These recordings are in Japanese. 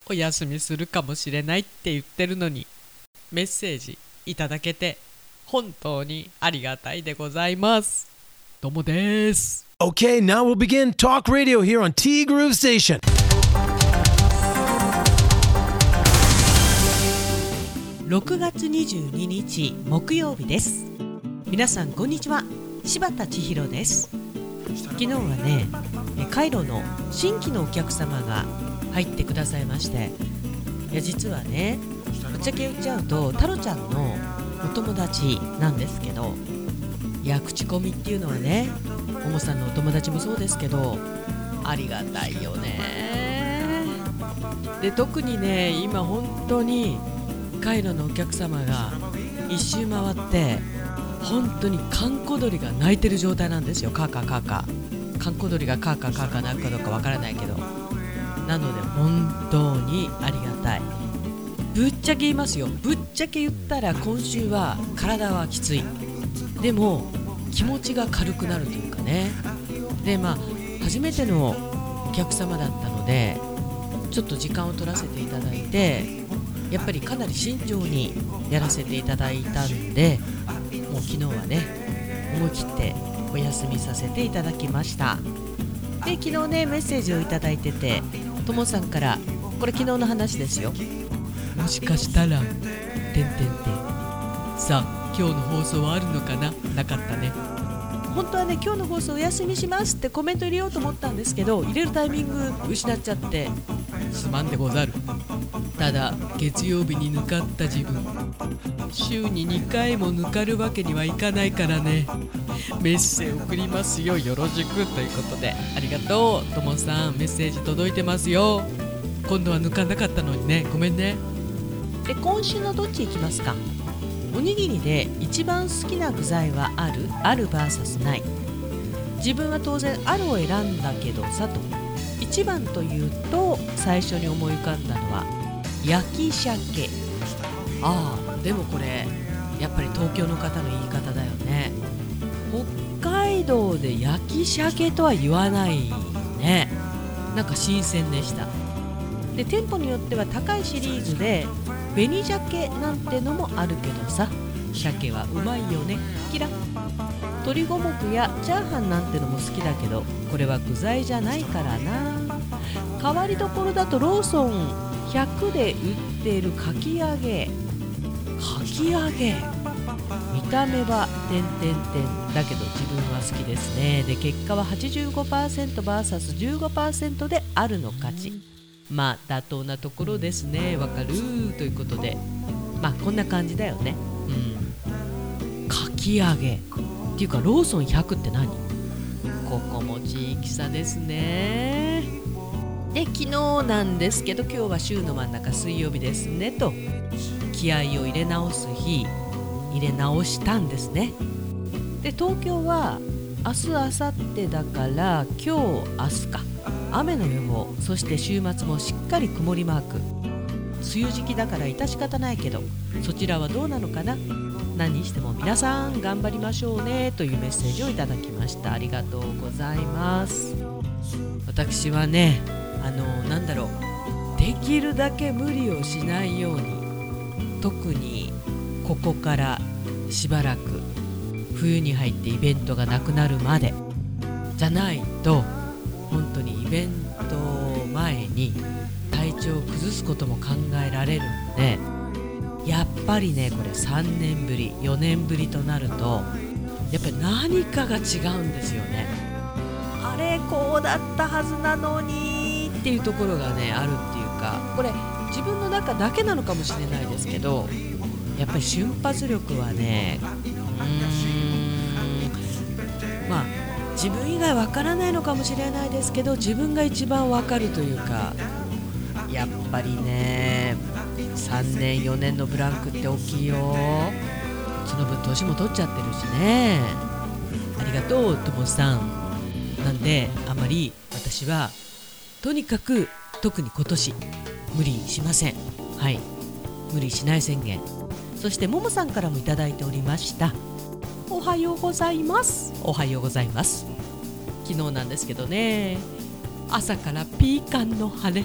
お休みするかもしれないって言ってるのにメッセージいただけて本当にありがたいでございます。どうもです。 Okay, now we'll begin Talk Radio here on T Groove Station. 6月22日木曜日です。皆さんこんにちは、柴田千尋です。昨日はね、カイロの新規のお客様が入ってくださいまして、いや実はね、ぶっちゃけ言っちゃうとタロちゃんのお友達なんですけど、いや口コミっていうのはね、ももさんのお友達もそうですけどありがたいよね。で特にね、今本当にカイロのお客様が一周回って本当にカンコ鳥が鳴いてる状態なんですよ。カーカーカーカー、カンコ鳥がカーカーカーカー鳴くかどうかわからないけど、なので本当にありがたい。ぶっちゃけ言いますよ、ぶっちゃけ言ったら今週は体はきつい、でも気持ちが軽くなるというかね。で初めてのお客様だったのでちょっと時間を取らせていただいて、やっぱりかなり慎重にやらせていただいたんで、もう昨日はね思い切ってお休みさせていただきました。で昨日ねメッセージをいただいてて、ともさんから、これ昨日の話ですよ、もしかしたらさあ今日の放送はあるのかな、なかったね。本当はね今日の放送お休みしますってコメント入れようと思ったんですけど、入れるタイミング失っちゃってすまんでござる。ただ月曜日に抜かった自分、週に2回も抜かるわけにはいかないからね、メッセージ送りますよ、よろしくということで、ありがとうともさん、メッセージ届いてますよ。今度は抜かなかったのにね、ごめんね。で今週のどっち行きますか。おにぎりで一番好きな具材はある vs ない。自分は当然あるを選んだけどさと。一番というと最初に思い浮かんだのは焼き鮭。でもこれやっぱり東京の方の言い方だよね。北海道で焼き鮭とは言わないね。なんか新鮮でした。で店舗によっては高いシリーズで紅鮭なんてのもあるけどさ、鮭はうまいよね、キラ。鶏五目やチャーハンなんてのも好きだけど、これは具材じゃないからな。変わりどころだとローソン100で売っているかき揚げ。見た目はだけど自分は好きですね。で結果は 85%vs15% であるの勝ち。妥当なところですね、わかるということで、こんな感じだよね。かき揚げっていうかローソン100って何？ここも地域差ですね。で昨日なんですけど、今日は週の真ん中水曜日ですねと、気合を入れ直す日、入れ直したんですね。で東京は明日明後日だから今日明日か雨の予報、そして週末もしっかり曇りマーク。梅雨時期だから致し方ないけど、そちらはどうなのかな。何にしても皆さん頑張りましょうねというメッセージをいただきました。ありがとうございます。私はね、できるだけ無理をしないように、特にここからしばらく冬に入ってイベントがなくなるまでじゃないと、本当にイベント前に体調を崩すことも考えられるんで、やっぱりねこれ3年ぶり4年ぶりとなるとやっぱり何かが違うんですよね。あれこうだったはずなのにっていうところがねあるっていうか、これ自分の中だけなのかもしれないですけど、やっぱり瞬発力はね自分以外わからないのかもしれないですけど、自分が一番わかるというか、やっぱりね3年4年のブランクって大きいよ。その分年も取っちゃってるしね。ありがとうともさん。なんであまり私はとにかく特に今年無理しません。はい、無理しない宣言。そしてももさんからもいただいておりました。おはようございます。おはようございます。昨日なんですけどね、朝からピーカンの羽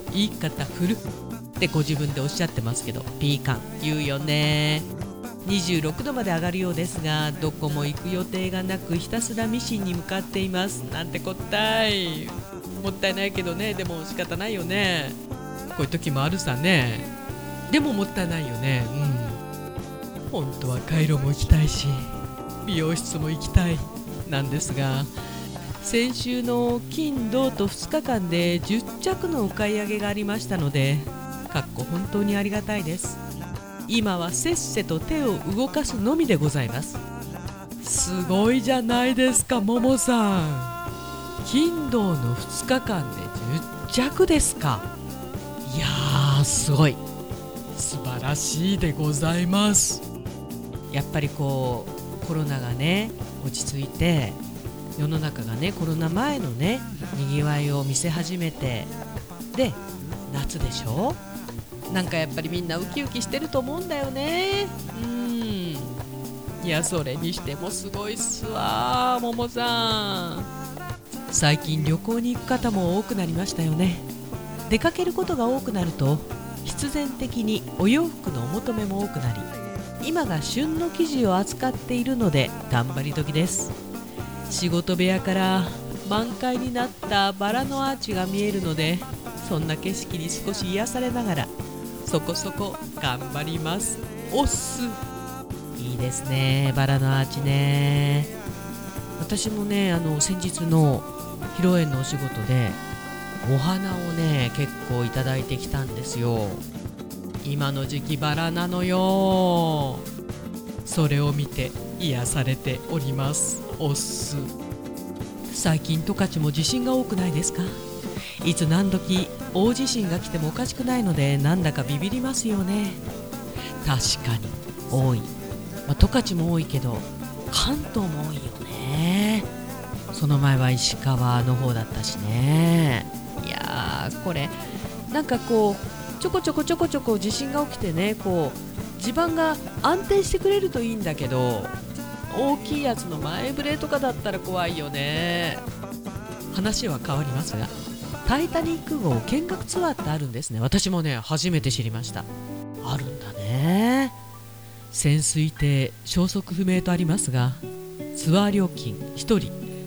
言い方古ってご自分でおっしゃってますけど、ピーカン言うよね。26度まで上がるようですが、どこも行く予定がなくひたすらミシンに向かっています。なんてこったい。もったいないけどね、でも仕方ないよね。こういう時もあるさね。でももったいないよね。本当はカイロも行きたいし美容室も行きたいなんですが、先週の金土と2日間で10着のお買い上げがありましたので、本当にありがたいです。今はせっせと手を動かすのみでございます。すごいじゃないですか、ももさん。金土の2日間で10着ですか。いやー、すごい、素晴らしいでございます。やっぱりコロナがね落ち着いて、世の中がねコロナ前のねにぎわいを見せ始めて、で夏でしょ。なんかやっぱりみんなウキウキしてると思うんだよね。いや、それにしてもすごいっすわ、ももさん。最近旅行に行く方も多くなりましたよね。出かけることが多くなると必然的にお洋服のお求めも多くなり、今が旬の生地を扱っているので頑張り時です。仕事部屋から満開になったバラのアーチが見えるので、そんな景色に少し癒されながらそこそこ頑張ります。おっす。いいですね、バラのアーチね。私もね先日の披露宴のお仕事でお花をね結構いただいてきたんですよ。今の時期バラなのよ。それを見て癒されております。おっす。最近十勝も地震が多くないですか。いつ何時大地震が来てもおかしくないので、なんだかビビりますよね。確かに多い、十勝も多いけど関東も多いよね。その前は石川の方だったしね。いやー、これなんかちょこちょこ地震が起きてね、地盤が安定してくれるといいんだけど、大きいやつの前触れとかだったら怖いよね。話は変わりますが、タイタニック号見学ツアーってあるんですね。私もね初めて知りました。あるんだね。潜水艇消息不明とありますが、ツアー料金1人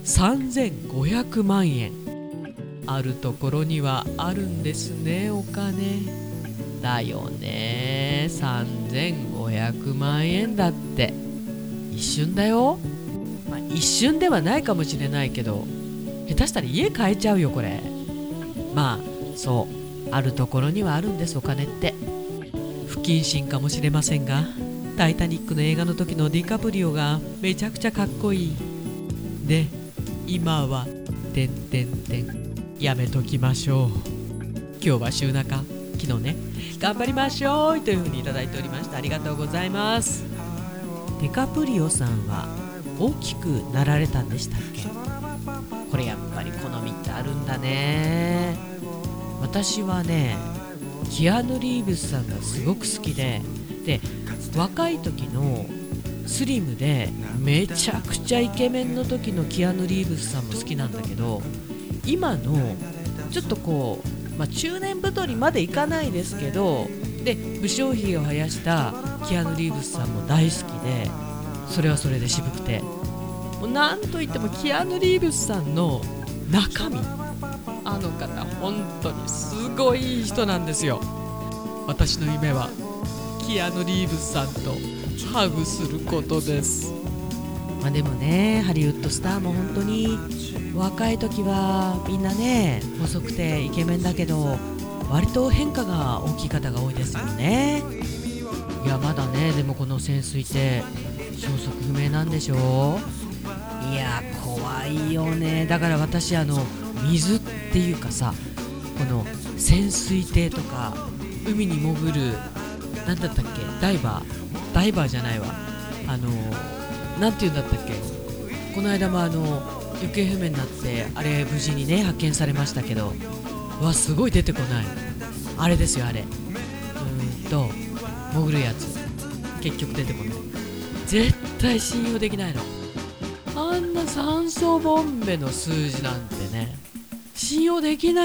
3500万円。あるところにはあるんですね、お金だよね。3500万円だって一瞬だよ。一瞬ではないかもしれないけど、下手したら家買えちゃうよこれ。そう、あるところにはあるんです、お金って。不謹慎かもしれませんが、タイタニックの映画の時のディカプリオがめちゃくちゃかっこいい。で、今はやめときましょう。今日は週中、昨日ね、頑張りましょうというふうにいただいておりました。ありがとうございます。ディカプリオさんは大きくなられたんでしたっけ。これやっぱり好みってあるんだね。私はねキアヌ・リーブスさんがすごく好きで、若い時のスリムでめちゃくちゃイケメンの時のキアヌ・リーブスさんも好きなんだけど、今のちょっと中年太りまでいかないですけど、で武将髭を生やしたキアヌ・リーブスさんも大好きで、それはそれで渋くて、もうなんといってもキアヌ・リーブスさんの中身、あの方本当にすごい人なんですよ。私の夢はキアヌ・リーブスさんとハグすることです。でもね、ハリウッドスターも本当に若い時はみんなね細くてイケメンだけど、割と変化が大きい方が多いですよね。いやまだね、でもこの潜水艇消息不明なんでしょ。いや怖いよね。だから私水っていうかさ、この潜水艇とか海に潜るなんだったっけ、ダイバーじゃないわ、なんていうんだったっけ、この間も行方不明になってあれ無事にね発見されましたけど、すごい出てこない。あれですよ、あれ潜るやつ結局出てこない。絶対信用できないの。あんな酸素ボンベの数字なんてね信用できないっ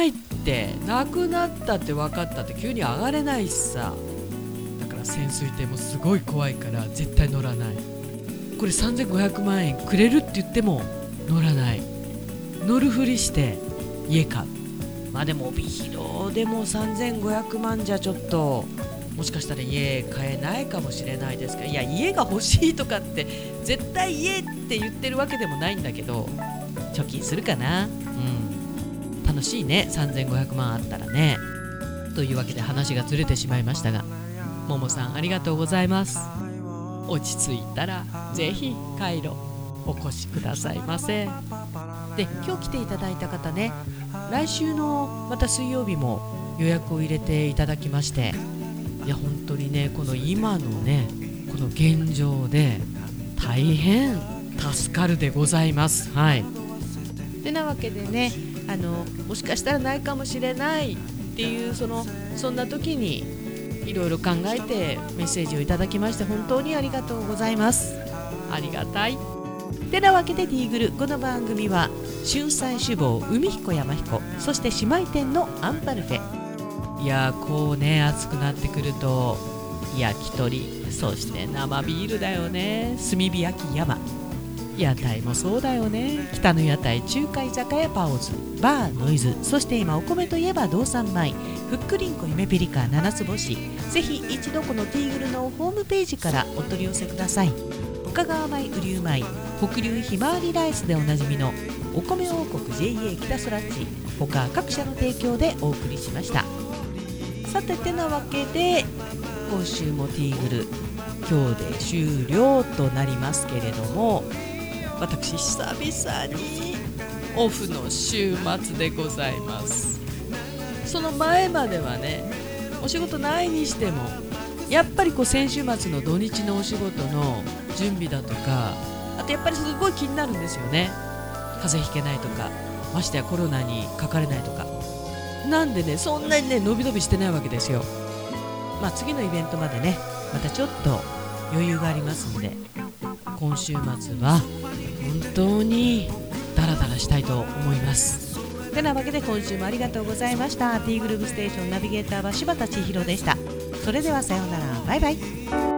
ってなくなったって分かったって急に上がれないしさ。だから潜水艇もすごい怖いから絶対乗らない。これ3500万円くれるって言っても乗らない。乗るふりして家買う。まあでも帯広でも3500万じゃちょっともしかしたら家買えないかもしれないですけど、いや家が欲しいとかって絶対家って言ってるわけでもないんだけど、貯金するかな。楽しいね、3500万あったらね。というわけで話がずれてしまいましたが、ももさんありがとうございます。落ち着いたらぜひカイロお越しくださいませ。で、今日来ていただいた方ね、来週のまた水曜日も予約を入れていただきまして、いや本当にね、この今のねこの現状で大変助かるでございます。はい。でなわけでね、もしかしたらないかもしれないっていうそんな時にいろいろ考えてメッセージをいただきまして本当にありがとうございます。ありがたい。てなわけでティーグル、この番組は春菜志望海彦山彦、そして姉妹店のアンパルフェ。いやこうね暑くなってくると焼き鳥、そして生ビールだよね。炭火焼き山、屋台もそうだよね。北の屋台、中華居酒屋パオズ、バーノイズ、そして今お米といえば道産米、ふっくりんこ夢ピリカ七つ星。ぜひ一度このティーグルのホームページからお取り寄せください。深川米、雨竜米、北流ひまわりライスでおなじみのお米王国 JA 北そらっち、他各社の提供でお送りしました。さててなわけで今週もティーグル今日で終了となりますけれども、私久々にオフの週末でございます。その前まではねお仕事ないにしてもやっぱり先週末の土日のお仕事の準備だとか、あとやっぱりすごい気になるんですよね。風邪ひけないとか、ましてやコロナにかかれないとかなんでね、そんなにね伸び伸びしてないわけですよ。まあ次のイベントまでねまたちょっと余裕がありますんで、今週末は本当にダラダラしたいと思います。てなわけで今週もありがとうございました。 T グループステーションナビゲーターは柴田千尋でした。それではさようなら、バイバイ。